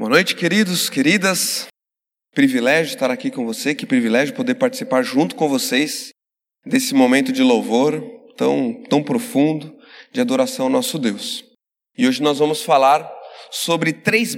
Boa noite, queridos, queridas. Privilégio estar aqui com você, que privilégio poder participar junto com vocês desse momento de louvor tão profundo de adoração ao nosso Deus. E hoje nós vamos falar sobre 3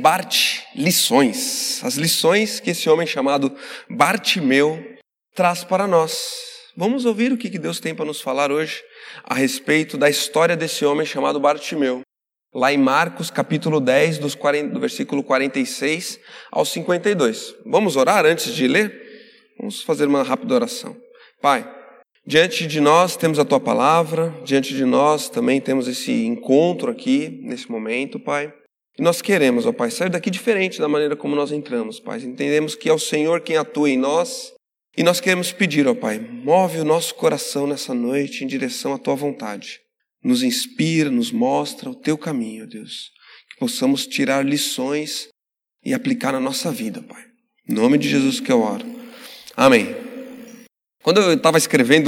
lições, as lições que esse homem chamado Bartimeu traz para nós. Vamos ouvir o que Deus tem para nos falar hoje a respeito da história desse homem chamado Bartimeu. Lá em Marcos, capítulo 10, do versículo 46 ao 52. Vamos orar antes de ler? Vamos fazer uma rápida oração. Pai, diante de nós temos a Tua palavra, diante de nós também temos esse encontro aqui, nesse momento, Pai. E nós queremos, ó Pai, sair daqui diferente da maneira como nós entramos, Pai. Entendemos que é o Senhor quem atua em nós. E nós queremos pedir, ó Pai, move o nosso coração nessa noite em direção à Tua vontade. Nos inspira, nos mostra o Teu caminho, Deus. Que possamos tirar lições e aplicar na nossa vida, Pai. Em nome de Jesus que eu oro. Amém. Quando eu estava escrevendo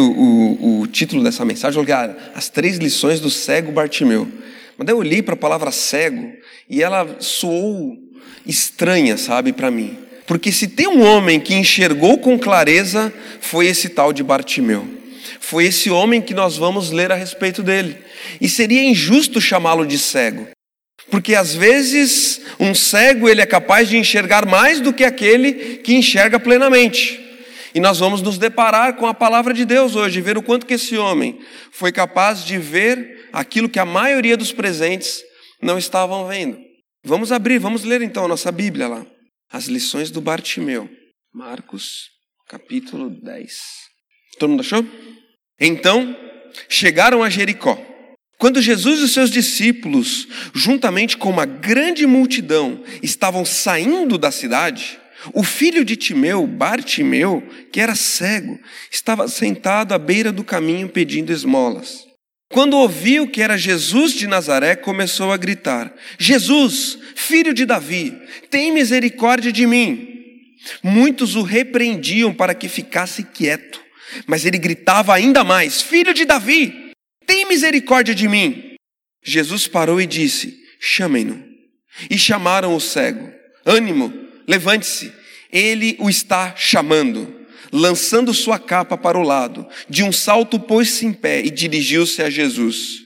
o título dessa mensagem, eu olhei as 3 lições do cego Bartimeu. Mas daí eu olhei para a palavra cego e ela soou estranha, sabe, para mim. Porque se tem um homem que enxergou com clareza, foi esse tal de Bartimeu. Foi esse homem que nós vamos ler a respeito dele. E seria injusto chamá-lo de cego. Porque às vezes um cego ele é capaz de enxergar mais do que aquele que enxerga plenamente. E nós vamos nos deparar com a palavra de Deus hoje, ver o quanto que esse homem foi capaz de ver aquilo que a maioria dos presentes não estavam vendo. Vamos ler então a nossa Bíblia lá. As lições do Bartimeu. Marcos, capítulo 10. Todo mundo achou? Então, chegaram a Jericó. Quando Jesus e os seus discípulos, juntamente com uma grande multidão, estavam saindo da cidade, o filho de Timeu, Bartimeu, que era cego, estava sentado à beira do caminho pedindo esmolas. Quando ouviu que era Jesus de Nazaré, começou a gritar: Jesus, filho de Davi, tem misericórdia de mim. Muitos o repreendiam para que ficasse quieto, mas ele gritava ainda mais: Filho de Davi, tem misericórdia de mim. Jesus parou e disse: Chamem-no. E chamaram o cego. Ânimo, levante-se, ele o está chamando. Lançando sua capa para o lado, de um salto pôs-se em pé e dirigiu-se a Jesus.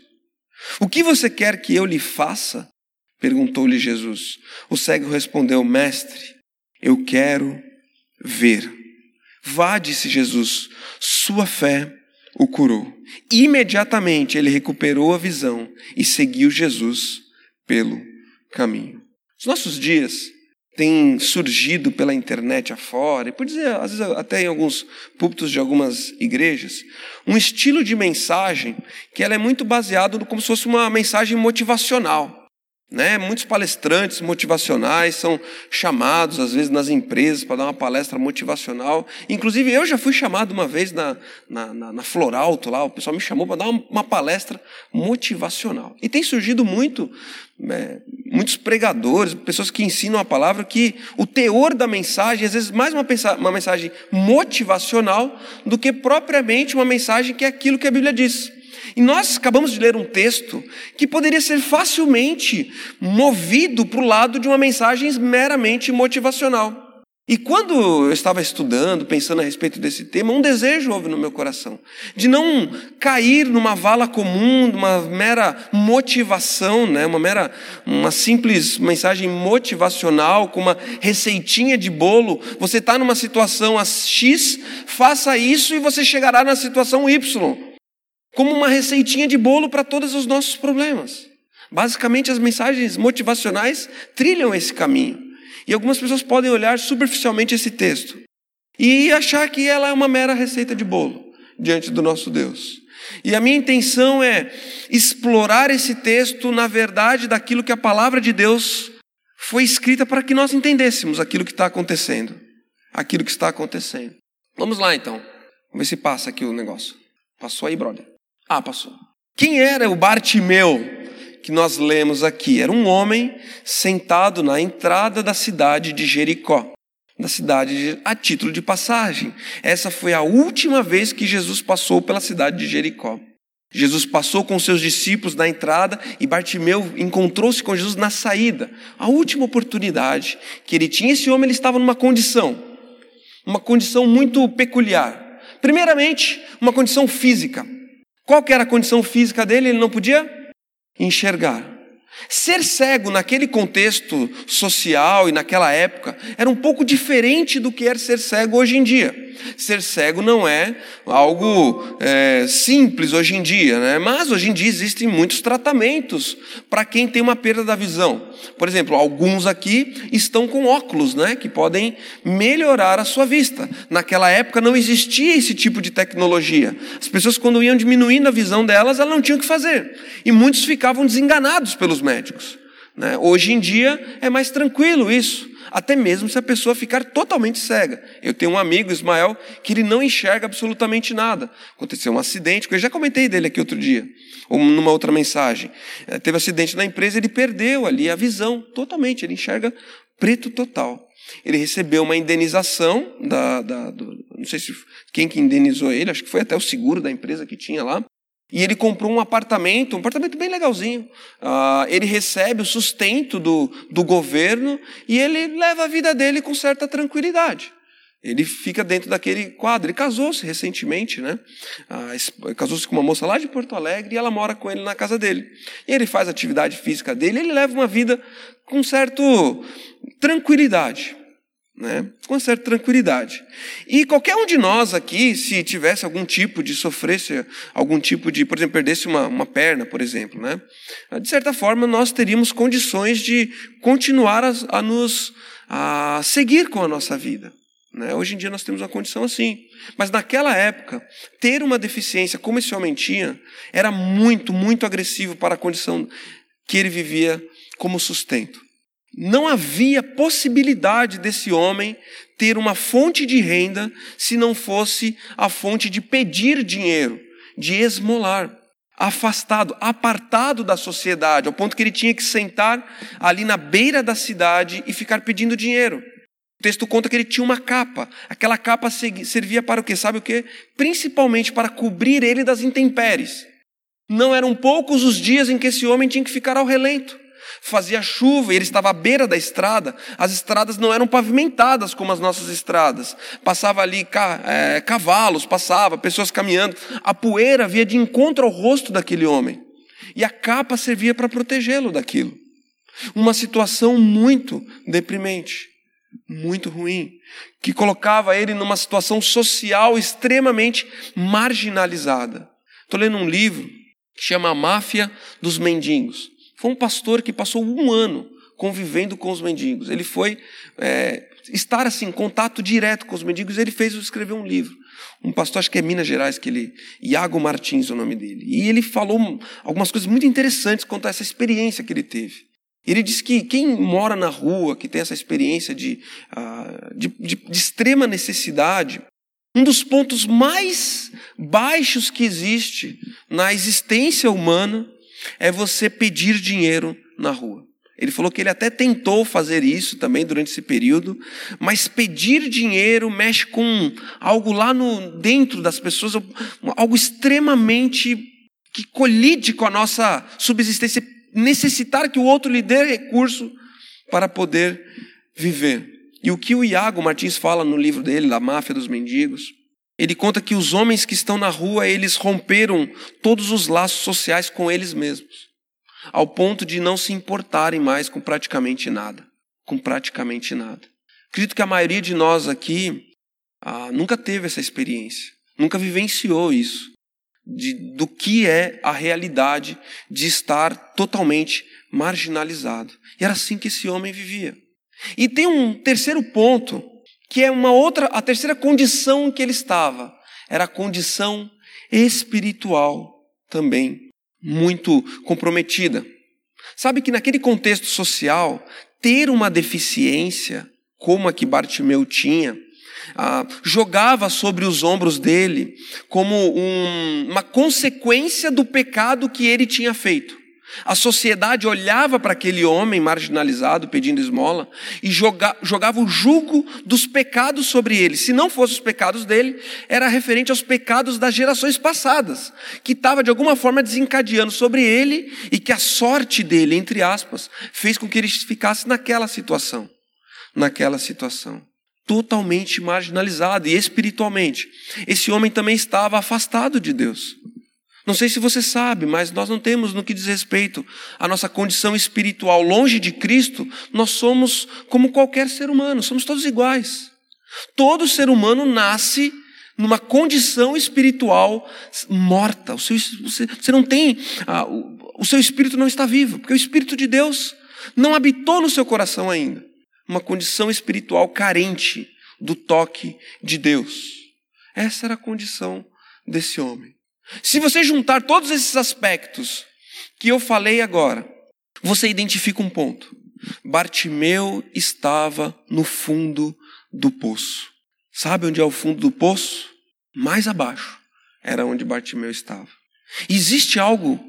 O que você quer que eu lhe faça? Perguntou-lhe Jesus. O cego respondeu: Mestre, eu quero ver. Vá, disse Jesus, sua fé o curou. Imediatamente ele recuperou a visão e seguiu Jesus pelo caminho. Nos nossos dias tem surgido pela internet afora, e por dizer, às vezes até em alguns púlpitos de algumas igrejas, um estilo de mensagem que ela é muito baseado como se fosse uma mensagem motivacional. Muitos palestrantes motivacionais são chamados, às vezes, nas empresas para dar uma palestra motivacional. Inclusive, eu já fui chamado uma vez na Floralto, lá, o pessoal me chamou para dar uma palestra motivacional. E tem surgido muitos pregadores, pessoas que ensinam a palavra, que o teor da mensagem, às vezes, mais uma mensagem motivacional do que propriamente uma mensagem que é aquilo que a Bíblia diz. E nós acabamos de ler um texto que poderia ser facilmente movido para o lado de uma mensagem meramente motivacional. E quando eu estava estudando, pensando a respeito desse tema, um desejo houve no meu coração, de não cair numa vala comum, numa mera motivação, uma simples mensagem motivacional, com uma receitinha de bolo. Você está numa situação X, faça isso e você chegará na situação Y. Como uma receitinha de bolo para todos os nossos problemas. Basicamente, as mensagens motivacionais trilham esse caminho. E algumas pessoas podem olhar superficialmente esse texto e achar que ela é uma mera receita de bolo diante do nosso Deus. E a minha intenção é explorar esse texto na verdade daquilo que a palavra de Deus foi escrita para que nós entendêssemos aquilo que está acontecendo. Aquilo que está acontecendo. Vamos lá, então. Vamos ver se passa aqui o negócio. Passou aí, brother? Passou. Quem era o Bartimeu que nós lemos aqui? Era um homem sentado na entrada da cidade de Jericó. A título de passagem. Essa foi a última vez que Jesus passou pela cidade de Jericó. Jesus passou com seus discípulos na entrada e Bartimeu encontrou-se com Jesus na saída. A última oportunidade que ele tinha, esse homem ele estava numa condição muito peculiar. Primeiramente, uma condição física. Qual que era a condição física dele? Ele não podia enxergar. Ser cego naquele contexto social e naquela época era um pouco diferente do que é ser cego hoje em dia. Ser cego não é algo simples hoje em dia, né? Mas hoje em dia existem muitos tratamentos para quem tem uma perda da visão. Por exemplo, alguns aqui estão com óculos, né, que podem melhorar a sua vista. Naquela época não existia esse tipo de tecnologia. As pessoas, quando iam diminuindo a visão delas, elas não tinham o que fazer. E muitos ficavam desenganados pelos médicos, né? Hoje em dia é mais tranquilo isso. Até mesmo se a pessoa ficar totalmente cega. Eu tenho um amigo, Ismael, que ele não enxerga absolutamente nada. Aconteceu um acidente, que eu já comentei dele aqui outro dia, ou numa outra mensagem. Teve um acidente na empresa, ele perdeu ali a visão totalmente, ele enxerga preto total. Ele recebeu uma indenização, não sei se quem que indenizou ele, acho que foi até o seguro da empresa que tinha lá. E ele comprou um apartamento bem legalzinho. Ele recebe o sustento do governo e ele leva a vida dele com certa tranquilidade. Ele fica dentro daquele quadro. Ele casou-se recentemente, né? Casou-se com uma moça lá de Porto Alegre e ela mora com ele na casa dele. E ele faz a atividade física dele e ele leva uma vida com certa tranquilidade. Né? Com certa tranquilidade. E qualquer um de nós aqui, se tivesse sofresse algum tipo de, por exemplo, perdesse uma perna, por exemplo, né? De certa forma, nós teríamos condições de continuar a seguir com a nossa vida. Né? Hoje em dia nós temos uma condição assim. Mas naquela época, ter uma deficiência como esse homem tinha, era muito, muito agressivo para a condição que ele vivia como sustento. Não havia possibilidade desse homem ter uma fonte de renda se não fosse a fonte de pedir dinheiro, de esmolar, afastado, apartado da sociedade, ao ponto que ele tinha que sentar ali na beira da cidade e ficar pedindo dinheiro. O texto conta que ele tinha uma capa. Aquela capa servia para o quê? Sabe o quê? Principalmente para cobrir ele das intempéries. Não eram poucos os dias em que esse homem tinha que ficar ao relento. Fazia chuva e ele estava à beira da estrada. As estradas não eram pavimentadas como as nossas estradas. Passava ali cavalos, pessoas caminhando. A poeira via de encontro ao rosto daquele homem. E a capa servia para protegê-lo daquilo. Uma situação muito deprimente, muito ruim, que colocava ele numa situação social extremamente marginalizada. Estou lendo um livro que chama A Máfia dos Mendigos. Foi um pastor que passou 1 ano convivendo com os mendigos. Ele foi estar assim, em contato direto com os mendigos. Ele escreveu um livro. Um pastor, acho que é Minas Gerais, Iago Martins é o nome dele. E ele falou algumas coisas muito interessantes quanto a essa experiência que ele teve. Ele diz que quem mora na rua, que tem essa experiência de extrema necessidade, um dos pontos mais baixos que existe na existência humana é você pedir dinheiro na rua. Ele falou que ele até tentou fazer isso também durante esse período, mas pedir dinheiro mexe com algo lá dentro das pessoas, algo extremamente que colide com a nossa subsistência, necessitar que o outro lhe dê recurso para poder viver. E o que o Iago Martins fala no livro dele, da Máfia dos Mendigos, ele conta que os homens que estão na rua, eles romperam todos os laços sociais com eles mesmos, ao ponto de não se importarem mais com praticamente nada. Acredito que a maioria de nós aqui nunca teve essa experiência, nunca vivenciou isso, do que é a realidade de estar totalmente marginalizado. E era assim que esse homem vivia. E tem um terceiro ponto, que é a terceira condição em que ele estava. Era a condição espiritual também muito comprometida. Sabe que naquele contexto social, ter uma deficiência, como a que Bartimeu tinha, jogava sobre os ombros dele como uma consequência do pecado que ele tinha feito. A sociedade olhava para aquele homem marginalizado, pedindo esmola, e jogava o jugo dos pecados sobre ele. Se não fossem os pecados dele, era referente aos pecados das gerações passadas, que estava de alguma forma desencadeando sobre ele, e que a sorte dele, entre aspas, fez com que ele ficasse naquela situação. Totalmente marginalizado. E espiritualmente, esse homem também estava afastado de Deus. Não sei se você sabe, mas nós não temos, no que diz respeito à nossa condição espiritual longe de Cristo, nós somos como qualquer ser humano, somos todos iguais. Todo ser humano nasce numa condição espiritual morta. Você não tem, o seu espírito não está vivo, porque o Espírito de Deus não habitou no seu coração ainda. Uma condição espiritual carente do toque de Deus. Essa era a condição desse homem. Se você juntar todos esses aspectos que eu falei agora, você identifica um ponto. Bartimeu estava no fundo do poço. Sabe onde é o fundo do poço? Mais abaixo era onde Bartimeu estava. Existe algo,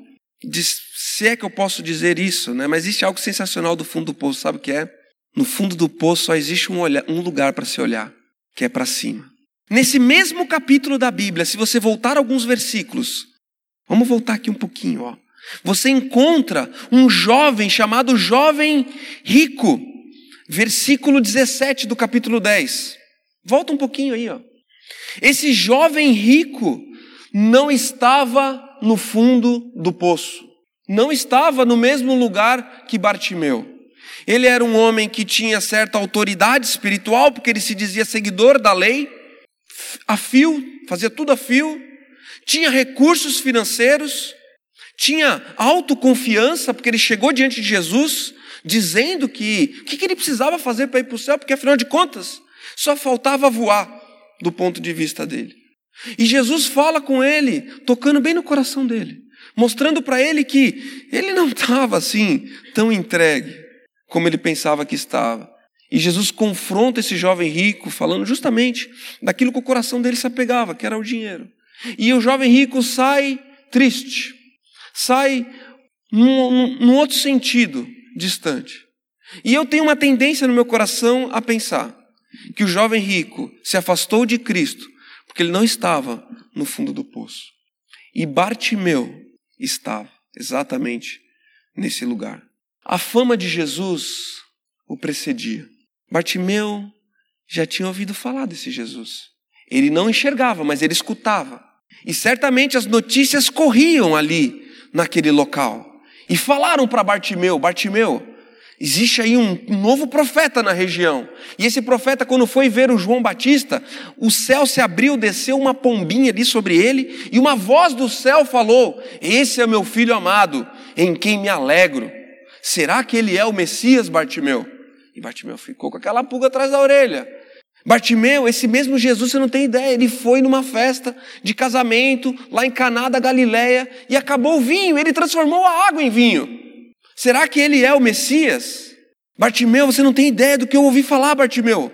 se é que eu posso dizer isso, né? Mas existe algo sensacional do fundo do poço, sabe o que é? No fundo do poço só existe um lugar para se olhar, que é para cima. Nesse mesmo capítulo da Bíblia, se você voltar alguns versículos, vamos voltar aqui um pouquinho, ó. Você encontra um jovem chamado jovem rico, versículo 17 do capítulo 10. Volta um pouquinho aí, ó. Esse jovem rico não estava no fundo do poço, não estava no mesmo lugar que Bartimeu. Ele era um homem que tinha certa autoridade espiritual, porque ele se dizia seguidor da lei, a fio, fazia tudo a fio, tinha recursos financeiros, tinha autoconfiança, porque ele chegou diante de Jesus, dizendo que o que ele precisava fazer para ir para o céu, porque afinal de contas, só faltava voar, do ponto de vista dele. E Jesus fala com ele, tocando bem no coração dele, mostrando para ele que ele não estava assim, tão entregue, como ele pensava que estava. E Jesus confronta esse jovem rico, falando justamente daquilo que o coração dele se apegava, que era o dinheiro. E o jovem rico sai triste, sai num outro sentido, distante. E eu tenho uma tendência no meu coração a pensar que o jovem rico se afastou de Cristo, porque ele não estava no fundo do poço. E Bartimeu estava exatamente nesse lugar. A fama de Jesus o precedia. Bartimeu já tinha ouvido falar desse Jesus. Ele não enxergava, mas ele escutava. E certamente as notícias corriam ali, naquele local. E falaram para Bartimeu, Bartimeu, existe aí um novo profeta na região. E esse profeta, quando foi ver o João Batista, o céu se abriu, desceu uma pombinha ali sobre ele, e uma voz do céu falou: esse é meu filho amado, em quem me alegro. Será que ele é o Messias, Bartimeu? E Bartimeu ficou com aquela pulga atrás da orelha. Bartimeu, esse mesmo Jesus, você não tem ideia, ele foi numa festa de casamento, lá em Caná da Galileia, e acabou o vinho, ele transformou a água em vinho. Será que ele é o Messias? Bartimeu, você não tem ideia do que eu ouvi falar, Bartimeu.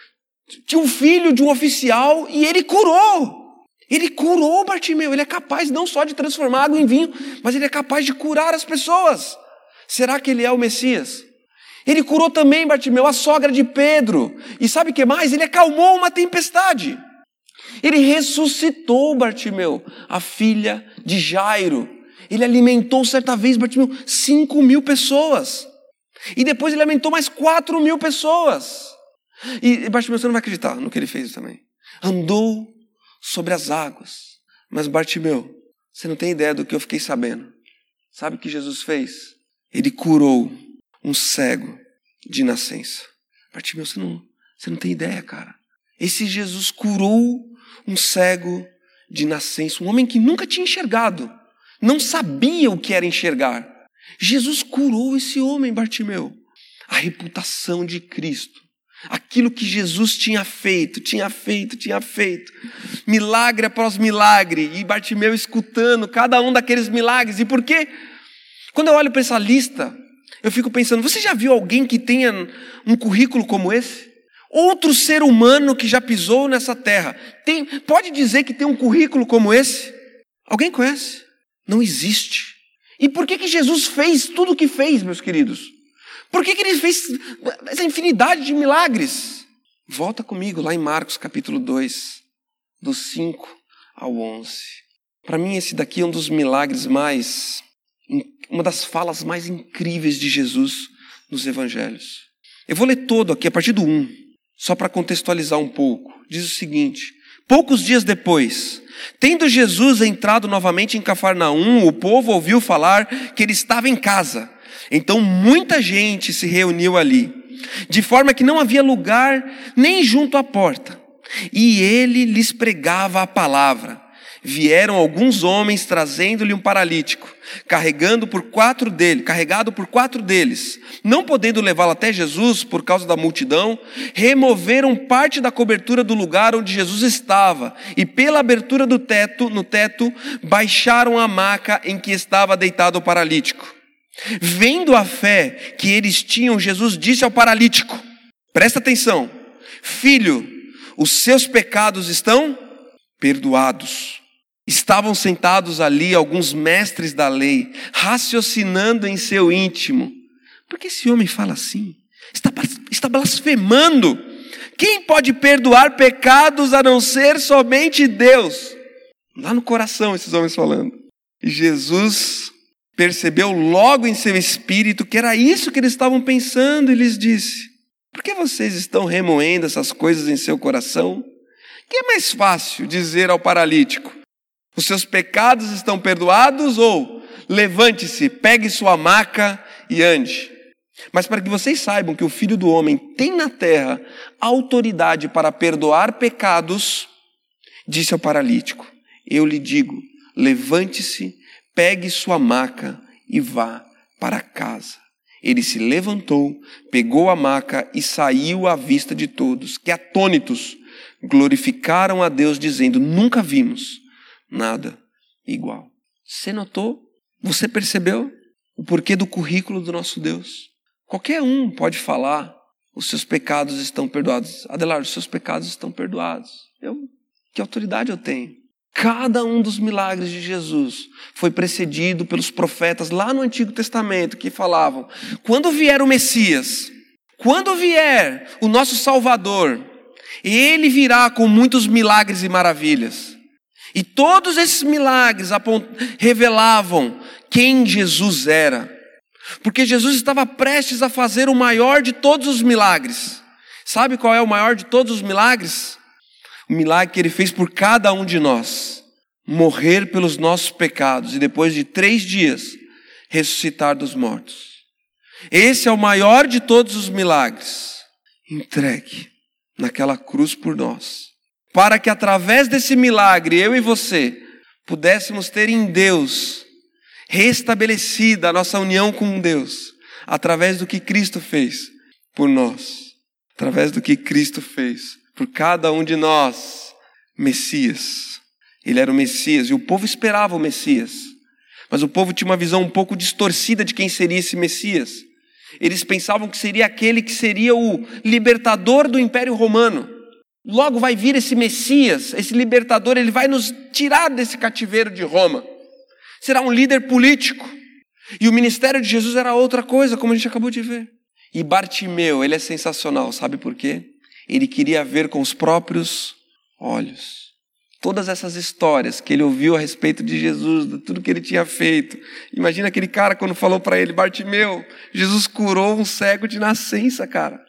Tinha um filho de um oficial e ele curou. Ele curou Bartimeu, ele é capaz não só de transformar água em vinho, mas ele é capaz de curar as pessoas. Será que ele é o Messias? Ele curou também, Bartimeu, a sogra de Pedro. E sabe o que mais? Ele acalmou uma tempestade. Ele ressuscitou, Bartimeu, a filha de Jairo. Ele alimentou certa vez, Bartimeu, 5.000 pessoas. E depois ele alimentou mais 4.000 pessoas. E Bartimeu, você não vai acreditar no que ele fez também. Andou sobre as águas. Mas Bartimeu, você não tem ideia do que eu fiquei sabendo. Sabe o que Jesus fez? Ele curou um cego de nascença. Bartimeu, você não tem ideia, cara. Esse Jesus curou um cego de nascença, um homem que nunca tinha enxergado, não sabia o que era enxergar. Jesus curou esse homem, Bartimeu. A reputação de Cristo, aquilo que Jesus tinha feito, milagre após milagre, e Bartimeu escutando cada um daqueles milagres. E por quê? Quando eu olho para essa lista, eu fico pensando, você já viu alguém que tenha um currículo como esse? Outro ser humano que já pisou nessa terra, pode dizer que tem um currículo como esse? Alguém conhece? Não existe. E por que Jesus fez tudo o que fez, meus queridos? Por que ele fez essa infinidade de milagres? Volta comigo lá em Marcos capítulo 2, dos 5 ao 11. Para mim esse daqui é um dos milagres uma das falas mais incríveis de Jesus nos evangelhos. Eu vou ler todo aqui a partir do 1, só para contextualizar um pouco. Diz o seguinte: poucos dias depois, tendo Jesus entrado novamente em Cafarnaum, o povo ouviu falar que ele estava em casa. Então muita gente se reuniu ali, de forma que não havia lugar nem junto à porta. E ele lhes pregava a palavra. Vieram alguns homens trazendo-lhe um paralítico, carregado por 4 deles. Não podendo levá-lo até Jesus por causa da multidão, removeram parte da cobertura do lugar onde Jesus estava e pela abertura no teto, baixaram a maca em que estava deitado o paralítico. Vendo a fé que eles tinham, Jesus disse ao paralítico: presta atenção, filho, os seus pecados estão perdoados. Estavam sentados ali alguns mestres da lei, raciocinando em seu íntimo: por que esse homem fala assim? Está blasfemando. Quem pode perdoar pecados a não ser somente Deus? Lá no coração esses homens falando. E Jesus percebeu logo em seu espírito que era isso que eles estavam pensando e lhes disse: por que vocês estão remoendo essas coisas em seu coração? Que é mais fácil dizer ao paralítico: os seus pecados estão perdoados, ou levante-se, pegue sua maca e ande? Mas para que vocês saibam que o Filho do Homem tem na terra autoridade para perdoar pecados, disse ao paralítico: eu lhe digo, levante-se, pegue sua maca e vá para casa. Ele se levantou, pegou a maca e saiu à vista de todos, que atônitos glorificaram a Deus, dizendo: nunca vimos nada igual. Você notou? Você percebeu o porquê do currículo do nosso Deus? Qualquer um pode falar: os seus pecados estão perdoados. Adelardo, os seus pecados estão perdoados. Que autoridade eu tenho? Cada um dos milagres de Jesus foi precedido pelos profetas lá no Antigo Testamento, que falavam: quando vier o Messias, quando vier o nosso Salvador, ele virá com muitos milagres e maravilhas. E todos esses milagres revelavam quem Jesus era. Porque Jesus estava prestes a fazer o maior de todos os milagres. Sabe qual é o maior de todos os milagres? O milagre que ele fez por cada um de nós. Morrer pelos nossos pecados e depois de 3 dias ressuscitar dos mortos. Esse é o maior de todos os milagres. Entregue naquela cruz por nós. Para que através desse milagre, eu e você, pudéssemos ter em Deus restabelecida a nossa união com Deus. Através do que Cristo fez por nós. Através do que Cristo fez por cada um de nós. Messias. Ele era o Messias e o povo esperava o Messias. Mas o povo tinha uma visão um pouco distorcida de quem seria esse Messias. Eles pensavam que seria aquele que seria o libertador do Império Romano. Logo vai vir esse Messias, esse libertador, ele vai nos tirar desse cativeiro de Roma. Será um líder político. E o ministério de Jesus era outra coisa, como a gente acabou de ver. E Bartimeu, ele é sensacional, sabe por quê? Ele queria ver com os próprios olhos. Todas essas histórias que ele ouviu a respeito de Jesus, de tudo que ele tinha feito. Imagina aquele cara quando falou para ele: Bartimeu, Jesus curou um cego de nascença, cara.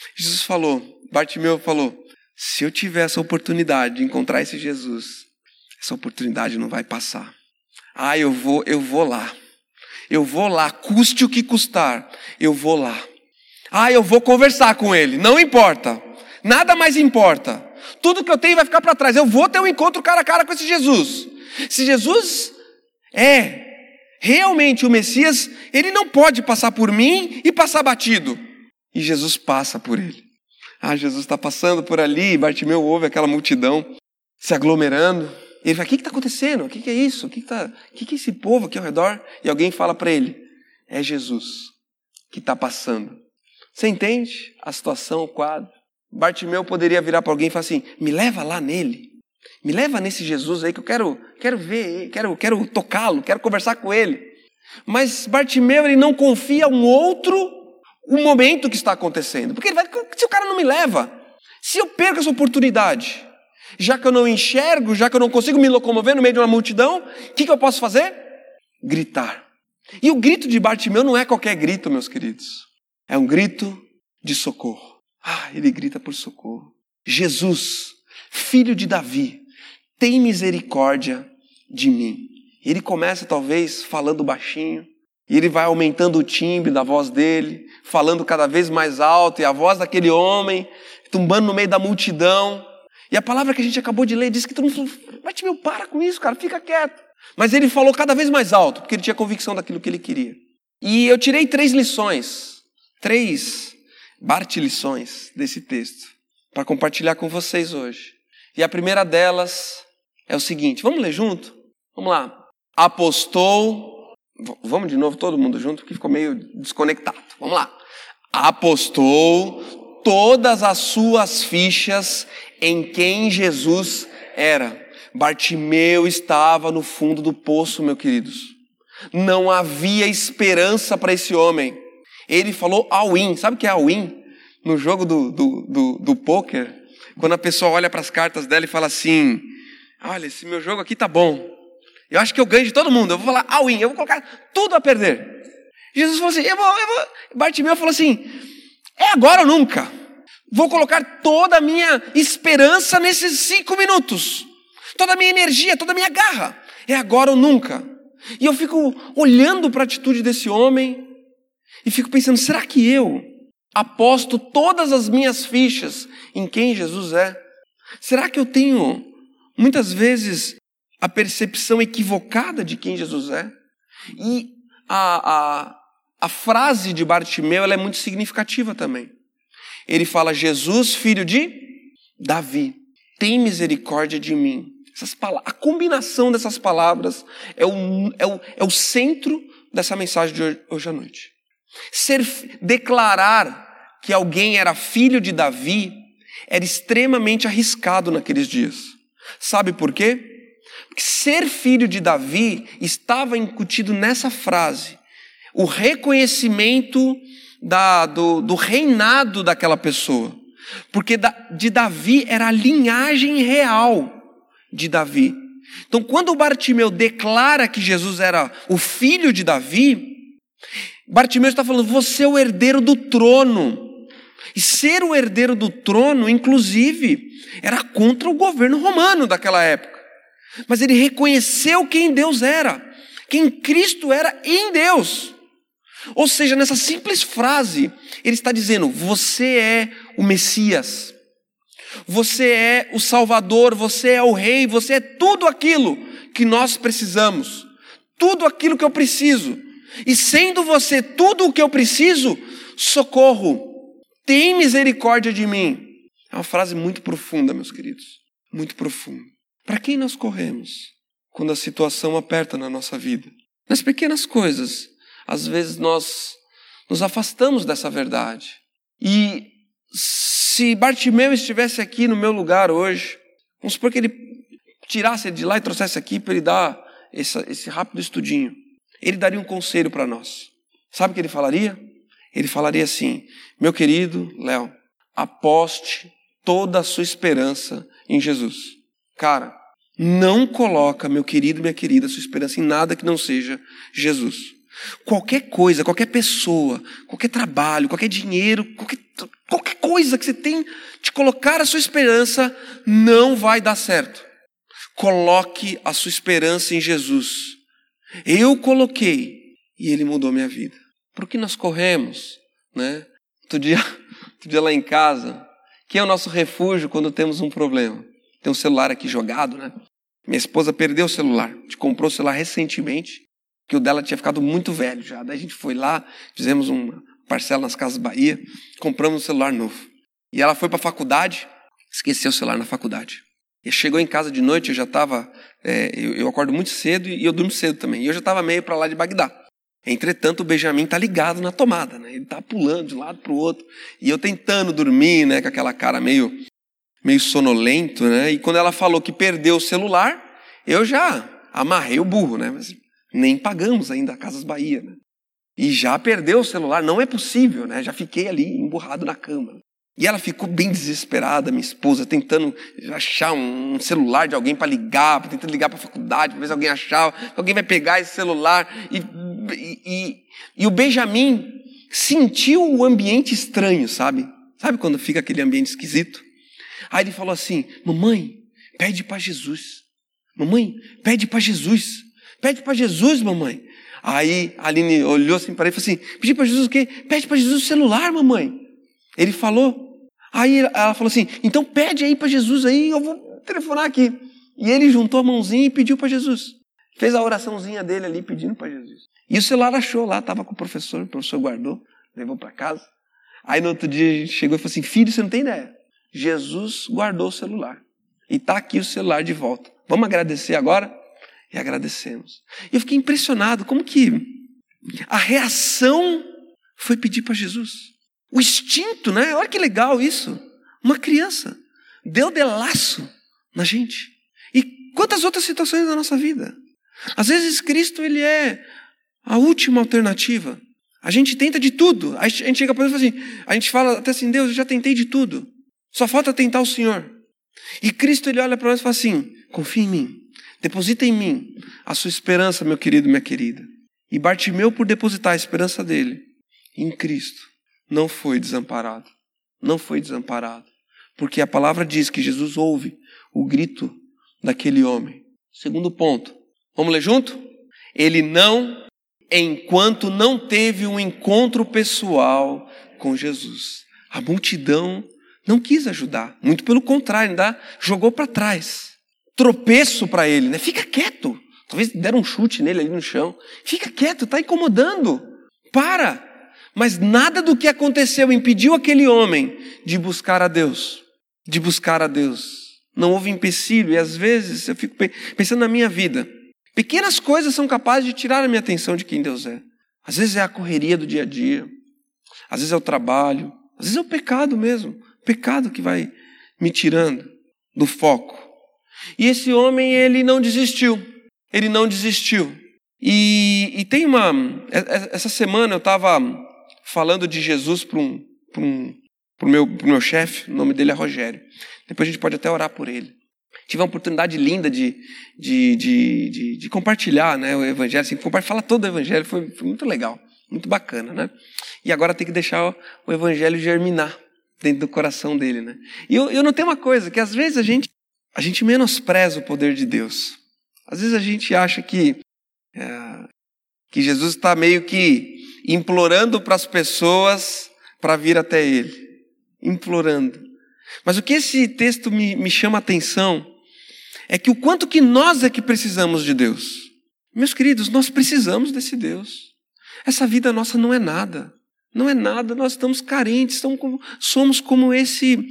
Bartimeu falou: se eu tiver essa oportunidade de encontrar esse Jesus, essa oportunidade não vai passar. Eu vou lá. Eu vou lá, custe o que custar. Eu vou lá. Eu vou conversar com ele. Não importa. Nada mais importa. Tudo que eu tenho vai ficar para trás. Eu vou ter um encontro cara a cara com esse Jesus. Se Jesus é realmente o Messias, ele não pode passar por mim e passar batido. E Jesus passa por ele. Jesus está passando por ali, Bartimeu ouve aquela multidão se aglomerando. Ele fala: o que está acontecendo? O que é isso? O que é esse povo aqui ao redor? E alguém fala para ele: é Jesus que está passando. Você entende a situação, o quadro? Bartimeu poderia virar para alguém e falar assim: me leva lá nele. Me leva nesse Jesus aí que eu quero ver, quero tocá-lo, quero conversar com ele. Mas Bartimeu, ele não confia o momento que está acontecendo. Porque se o cara não me leva, se eu perco essa oportunidade, já que eu não enxergo, já que eu não consigo me locomover no meio de uma multidão, o que eu posso fazer? Gritar. E o grito de Bartimeu não é qualquer grito, meus queridos. É um grito de socorro. Ele grita por socorro. Jesus, filho de Davi, tem misericórdia de mim. Ele começa talvez falando baixinho, e ele vai aumentando o timbre da voz dele, falando cada vez mais alto, e a voz daquele homem tumbando no meio da multidão. E a palavra que a gente acabou de ler diz que todo mundo falou: Bartimeu, para com isso, cara, fica quieto. Mas ele falou cada vez mais alto, porque ele tinha convicção daquilo que ele queria. E eu tirei 3 lições, 3 Bart-lições desse texto, para compartilhar com vocês hoje. E a primeira delas é o seguinte, vamos ler junto? Vamos lá. Apostou, vamos de novo todo mundo junto, porque ficou meio desconectado. Vamos lá. Apostou todas as suas fichas em quem Jesus era. Bartimeu estava no fundo do poço, meus queridos. Não havia esperança para esse homem. Ele falou all-in. Sabe o que é all-in? No jogo do pôquer, quando a pessoa olha para as cartas dela e fala assim: olha, esse meu jogo aqui tá bom. Eu acho que eu ganho de todo mundo. Eu vou falar all-in. Eu vou colocar tudo a perder. Jesus falou assim, Bartimeu falou assim: é agora ou nunca. Vou colocar toda a minha esperança nesses 5 minutos. Toda a minha energia, toda a minha garra. É agora ou nunca. E eu fico olhando para a atitude desse homem e fico pensando, será que eu aposto todas as minhas fichas em quem Jesus é? Será que eu tenho, muitas vezes, a percepção equivocada de quem Jesus é? E a frase de Bartimeu, ela é muito significativa também. Ele fala: Jesus, filho de Davi, tem misericórdia de mim. A combinação dessas palavras é o centro dessa mensagem de hoje à noite. Declarar que alguém era filho de Davi era extremamente arriscado naqueles dias. Sabe por quê? Porque ser filho de Davi estava incutido nessa frase, o reconhecimento do reinado daquela pessoa. Porque de Davi era a linhagem real de Davi. Então, quando o Bartimeu declara que Jesus era o filho de Davi, Bartimeu está falando: você é o herdeiro do trono. E ser o herdeiro do trono, inclusive, era contra o governo romano daquela época. Mas ele reconheceu quem Deus era, quem Cristo era em Deus. Ou seja, nessa simples frase, ele está dizendo: você é o Messias, você é o Salvador, você é o Rei, você é tudo aquilo que nós precisamos, tudo aquilo que eu preciso. E sendo você tudo o que eu preciso, socorro, tem misericórdia de mim. É uma frase muito profunda, meus queridos, muito profunda. Para quem nós corremos quando a situação aperta na nossa vida? Nas pequenas coisas, às vezes nós nos afastamos dessa verdade. E se Bartimeu estivesse aqui no meu lugar hoje, vamos supor que ele tirasse ele de lá e trouxesse aqui para ele dar esse rápido estudinho. Ele daria um conselho para nós. Sabe o que ele falaria? Ele falaria assim: meu querido Léo, aposte toda a sua esperança em Jesus. Cara, não coloca, meu querido, minha querida, sua esperança em nada que não seja Jesus. Qualquer coisa, qualquer pessoa, qualquer trabalho, qualquer dinheiro, qualquer coisa que você tem de colocar a sua esperança, não vai dar certo. Coloque a sua esperança em Jesus. Eu coloquei e Ele mudou minha vida. Por que nós corremos, né? Outro dia lá em casa, quem é o nosso refúgio quando temos um problema? Tem um celular aqui jogado, né? Minha esposa perdeu o celular. A gente comprou o celular recentemente, que o dela tinha ficado muito velho já. Daí a gente foi lá, fizemos uma parcela nas Casas Bahia, compramos um celular novo. E ela foi para a faculdade, esqueceu o celular na faculdade. E chegou em casa de noite, eu já estava... eu acordo muito cedo e eu durmo cedo também. E eu já estava meio para lá de Bagdá. Entretanto, o Benjamin está ligado na tomada, né? Ele está pulando de um lado para o outro. E eu tentando dormir, né? Com aquela cara meio sonolento, né? E quando ela falou que perdeu o celular, eu já amarrei o burro, né? Mas Nem pagamos ainda a Casas Bahia, né? E já perdeu o celular, não é possível, né? Já fiquei ali emburrado na cama. E ela ficou bem desesperada, minha esposa, tentando achar um celular de alguém para ligar, tentando ligar para a faculdade, para ver se alguém achava, alguém vai pegar esse celular. E o Benjamin sentiu o ambiente estranho, sabe? Sabe quando fica aquele ambiente esquisito? Aí ele falou assim: mamãe, pede para Jesus. Mamãe, pede para Jesus. Pede para Jesus, mamãe. Aí a Aline olhou assim para ele e falou assim: pedir para Jesus o quê? Pede para Jesus o celular, mamãe. Ele falou. Aí ela falou assim: então pede aí para Jesus aí, eu vou telefonar aqui. E ele juntou a mãozinha e pediu para Jesus. Fez a oraçãozinha dele ali pedindo para Jesus. E o celular achou lá, estava com o professor guardou, levou para casa. Aí no outro dia a gente chegou e falou assim: filho, você não tem ideia. Jesus guardou o celular. E está aqui o celular de volta. Vamos agradecer agora? E agradecemos. E eu fiquei impressionado como que a reação foi pedir para Jesus. O instinto, né? Olha que legal isso. Uma criança deu de laço na gente. E quantas outras situações da nossa vida. Às vezes Cristo, ele é a última alternativa. A gente tenta de tudo. A gente chega para Deus e fala assim, a gente fala até assim: Deus, eu já tentei de tudo. Só falta tentar o Senhor. E Cristo, ele olha para nós e fala assim: confia em mim. Deposita em mim a sua esperança, meu querido, minha querida. E Bartimeu, por depositar a esperança dele em Cristo, não foi desamparado. Não foi desamparado. Porque a palavra diz que Jesus ouve o grito daquele homem. Segundo ponto. Vamos ler junto? Ele não, enquanto não teve um encontro pessoal com Jesus. A multidão não quis ajudar. Muito pelo contrário, ainda jogou para trás. Tropeço para ele, né? Fica quieto. Talvez deram um chute nele ali no chão. Fica quieto, está incomodando. Para. Mas nada do que aconteceu impediu aquele homem de buscar a Deus. De buscar a Deus. Não houve empecilho. E às vezes eu fico pensando na minha vida. Pequenas coisas são capazes de tirar a minha atenção de quem Deus é. Às vezes é a correria do dia a dia. Às vezes é o trabalho. Às vezes é o pecado mesmo. O pecado que vai me tirando do foco. E esse homem, ele não desistiu. Ele não desistiu. E tem essa semana eu estava falando de Jesus pro meu chefe. O nome dele é Rogério. Depois a gente pode até orar por ele. Tive uma oportunidade linda de compartilhar, né, o evangelho. Assim, falar todo o evangelho foi muito legal. Muito bacana, né? E agora tem que deixar o evangelho germinar dentro do coração dele, né? E eu notei uma coisa, que às vezes a gente menospreza o poder de Deus. Às vezes a gente acha que Jesus está meio que implorando para as pessoas para vir até ele. Implorando. Mas o que esse texto me chama a atenção é que o quanto que nós é que precisamos de Deus. Meus queridos, nós precisamos desse Deus. Essa vida nossa não é nada. Não é nada, nós estamos carentes, somos como esse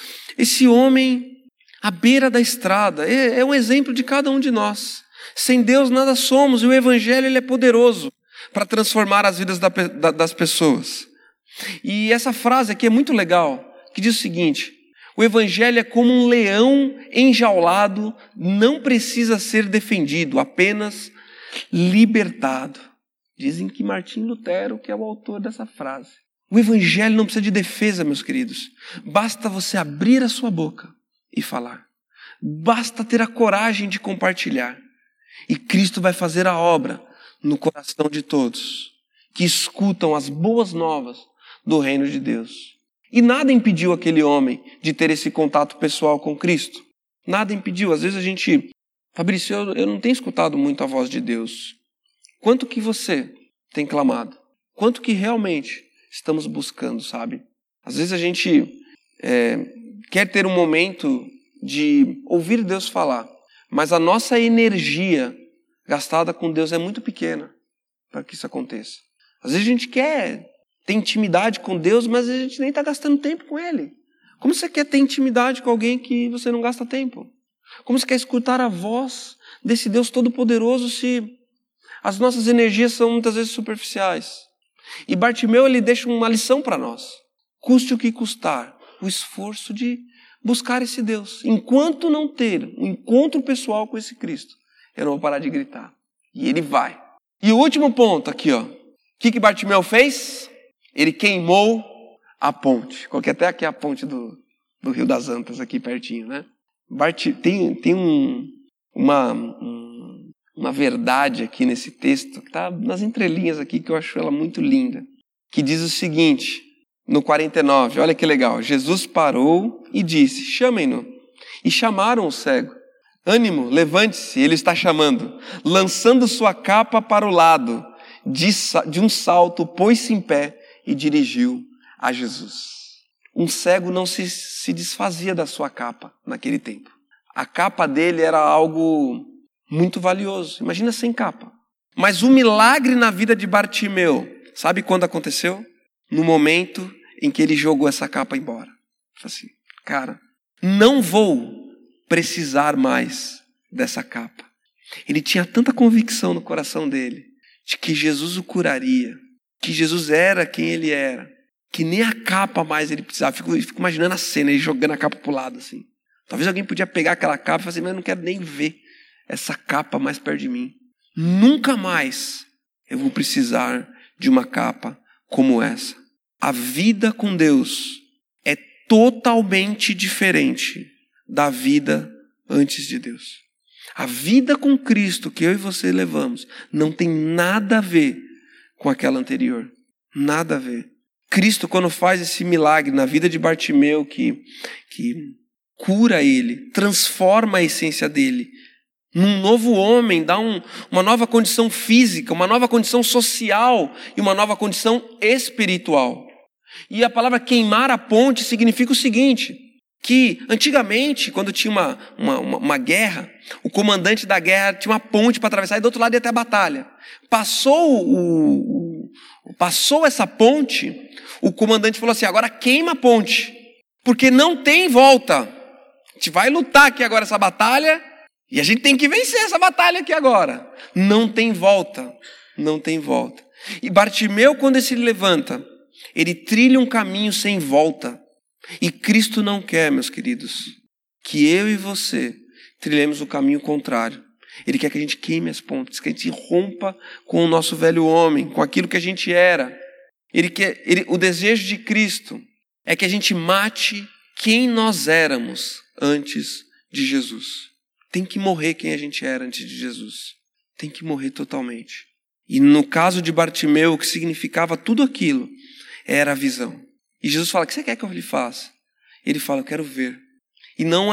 homem à beira da estrada. É um exemplo de cada um de nós. Sem Deus nada somos, e o evangelho, ele é poderoso para transformar as vidas das pessoas. E essa frase aqui é muito legal, que diz o seguinte: o evangelho é como um leão enjaulado, não precisa ser defendido, apenas libertado. Dizem que Martim Lutero que é o autor dessa frase. O evangelho não precisa de defesa, meus queridos. Basta você abrir a sua boca e falar. Basta ter a coragem de compartilhar. E Cristo vai fazer a obra no coração de todos que escutam as boas novas do reino de Deus. E nada impediu aquele homem de ter esse contato pessoal com Cristo. Nada impediu. Às vezes a gente... Fabrício, eu não tenho escutado muito a voz de Deus. Quanto que você tem clamado? Quanto que realmente estamos buscando, sabe? Às vezes a gente quer ter um momento de ouvir Deus falar, mas a nossa energia gastada com Deus é muito pequena para que isso aconteça. Às vezes a gente quer ter intimidade com Deus, mas a gente nem está gastando tempo com Ele. Como você quer ter intimidade com alguém que você não gasta tempo? Como você quer escutar a voz desse Deus Todo-Poderoso se as nossas energias são muitas vezes superficiais? E Bartimeu, ele deixa uma lição para nós. Custe o que custar, o esforço de buscar esse Deus. Enquanto não ter um encontro pessoal com esse Cristo, eu não vou parar de gritar. E ele vai. E o último ponto aqui, ó. O que Bartimeu fez? Ele queimou a ponte. Coloquei até aqui a ponte do Rio das Antas, aqui pertinho, né? Tem uma verdade aqui nesse texto, que está nas entrelinhas aqui, que eu acho ela muito linda, que diz o seguinte, no 49, olha que legal. Jesus parou e disse, chamem-no. E chamaram o cego. Ânimo, levante-se, ele está chamando. Lançando sua capa para o lado, de um salto, pôs-se em pé e dirigiu a Jesus. Um cego não se desfazia da sua capa naquele tempo. A capa dele era algo muito valioso. Imagina sem capa. Mas o milagre na vida de Bartimeu, sabe quando aconteceu? No momento em que ele jogou essa capa embora. Falei assim, cara, não vou precisar mais dessa capa. Ele tinha tanta convicção no coração dele de que Jesus o curaria, que Jesus era quem ele era, que nem a capa mais ele precisava. Fico imaginando a cena, ele jogando a capa pro lado assim. Talvez alguém podia pegar aquela capa e falar assim, mas eu não quero nem ver essa capa mais perto de mim. Nunca mais eu vou precisar de uma capa como essa. A vida com Deus é totalmente diferente da vida antes de Deus. A vida com Cristo que eu e você levamos não tem nada a ver com aquela anterior. Nada a ver. Cristo, quando faz esse milagre na vida de Bartimeu, que cura ele, transforma a essência dele num novo homem, dá uma nova condição física, uma nova condição social e uma nova condição espiritual. E a palavra queimar a ponte significa o seguinte, que antigamente, quando tinha uma guerra, o comandante da guerra tinha uma ponte para atravessar e do outro lado ia até a batalha. Passou essa ponte, o comandante falou assim, agora queima a ponte, porque não tem volta. A gente vai lutar aqui agora essa batalha e a gente tem que vencer essa batalha aqui agora. Não tem volta, não tem volta. E Bartimeu, quando ele se levanta, ele trilha um caminho sem volta. E Cristo não quer, meus queridos, que eu e você trilhemos o caminho contrário. Ele quer que a gente queime as pontes, que a gente rompa com o nosso velho homem, com aquilo que a gente era. O desejo de Cristo é que a gente mate quem nós éramos antes de Jesus. Tem que morrer quem a gente era antes de Jesus. Tem que morrer totalmente. E no caso de Bartimeu, o que significava tudo aquilo era a visão. E Jesus fala, o que você quer que eu lhe faça? Ele fala, eu quero ver. E não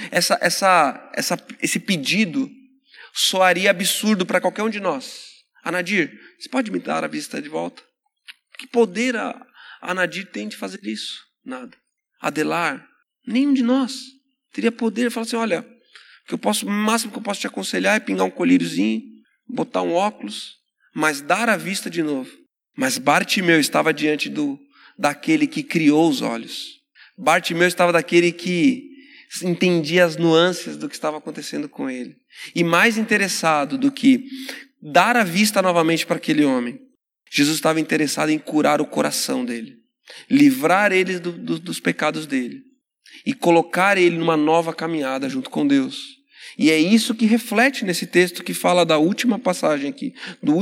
esse pedido soaria absurdo para qualquer um de nós. Anadir, você pode me dar a vista de volta? Que poder a Anadir tem de fazer isso? Nada. Adelar, nenhum de nós teria poder de falar assim, olha, o máximo que eu posso te aconselhar é pingar um colíriozinho, botar um óculos, mas dar a vista de novo. Mas Bartimeu estava diante daquele que criou os olhos. Bartimeu estava daquele que entendia as nuances do que estava acontecendo com ele. E mais interessado do que dar a vista novamente para aquele homem, Jesus estava interessado em curar o coração dele, livrar ele dos pecados dele e colocar ele numa nova caminhada junto com Deus. E é isso que reflete nesse texto que fala da última passagem aqui,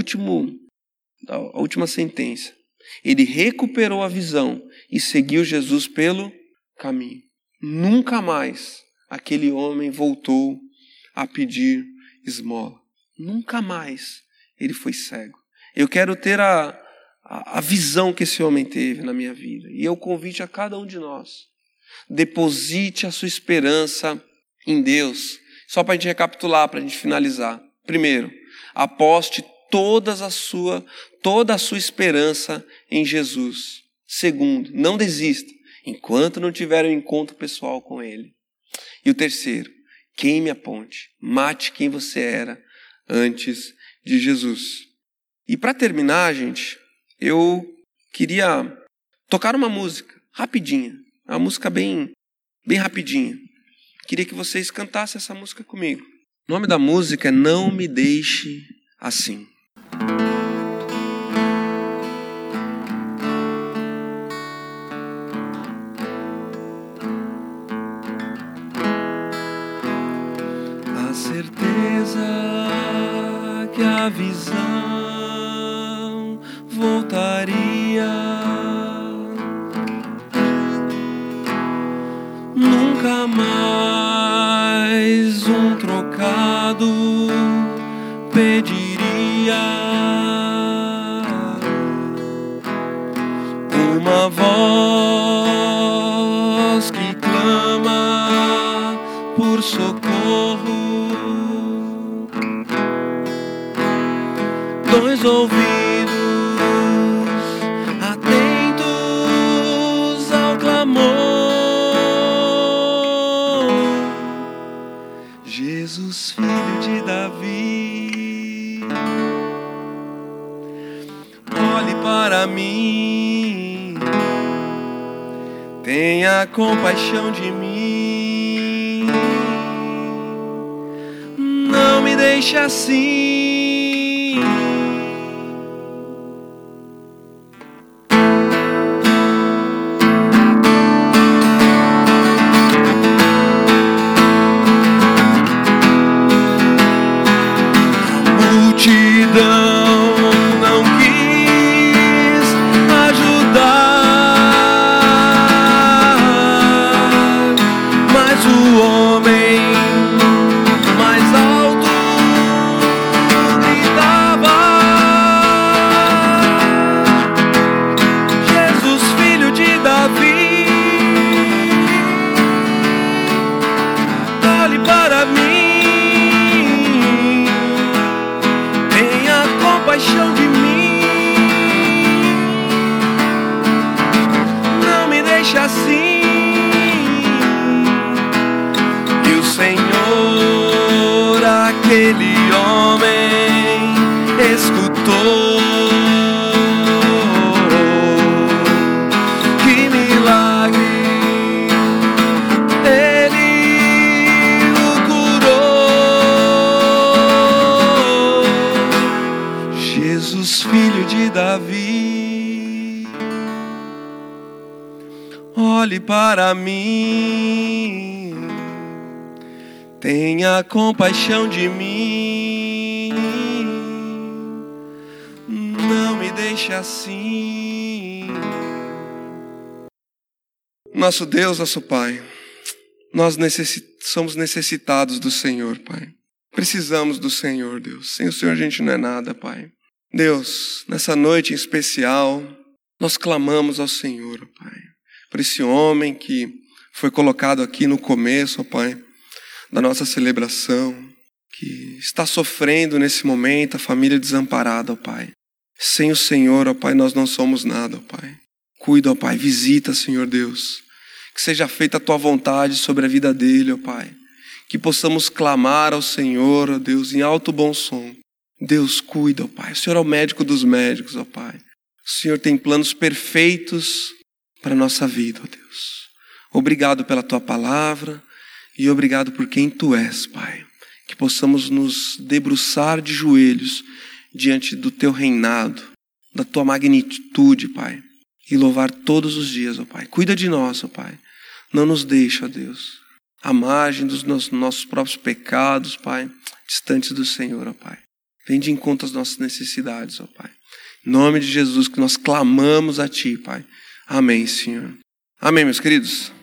da última sentença. Ele recuperou a visão e seguiu Jesus pelo caminho. Nunca mais aquele homem voltou a pedir esmola. Nunca mais ele foi cego. Eu quero ter a visão que esse homem teve na minha vida. E eu convido a cada um de nós. Deposite a sua esperança em Deus. Só para a gente recapitular, para a gente finalizar. Primeiro, aposte toda a sua esperança em Jesus. Segundo, não desista enquanto não tiver um encontro pessoal com Ele. E o terceiro, queime a ponte. Mate quem você era antes de Jesus. E para terminar, gente, eu queria tocar uma música rapidinha. Uma música bem rapidinha. Queria que vocês cantassem essa música comigo. O nome da música é Não Me Deixe Assim. A certeza que a visão nunca mais um trocado pediria. Uma voz que clama por socorro, dois ouvidos atentos ao clamor. Jesus, filho de Davi, olhe para mim, tenha compaixão de mim, não me deixe assim. A multidão não quis ajudar, mas o homem mais alto gritava: Jesus, filho de Davi, olhe para mim, tenha compaixão de mim, não me deixe assim. E o Senhor, aquele homem, escutou. Que milagre, Ele o curou. Jesus, filho de Davi, olhe para mim, tenha compaixão de mim, não me deixe assim. Nosso Deus, nosso Pai, nós somos necessitados do Senhor, Pai. Precisamos do Senhor, Deus. Sem o Senhor a gente não é nada, Pai. Deus, nessa noite em especial, nós clamamos ao Senhor, Pai, por esse homem que foi colocado aqui no começo, ó Pai, da nossa celebração, que está sofrendo nesse momento, a família desamparada, ó Pai. Sem o Senhor, ó Pai, nós não somos nada, ó Pai. Cuida, ó Pai, visita, Senhor Deus. Que seja feita a Tua vontade sobre a vida dele, ó Pai. Que possamos clamar ao Senhor, ó Deus, em alto bom som. Deus, cuida, ó Pai. O Senhor é o médico dos médicos, ó Pai. O Senhor tem planos perfeitos para a nossa vida, ó Deus. Obrigado pela Tua palavra e obrigado por quem Tu és, Pai. Que possamos nos debruçar de joelhos diante do Teu reinado, da Tua magnitude, Pai. E louvar todos os dias, ó Pai. Cuida de nós, ó Pai. Não nos deixa, ó Deus, à margem dos nossos próprios pecados, Pai, distantes do Senhor, ó Pai. Vem de encontro às nossas necessidades, ó Pai. Em nome de Jesus que nós clamamos a Ti, Pai. Amém, Senhor. Amém, meus queridos.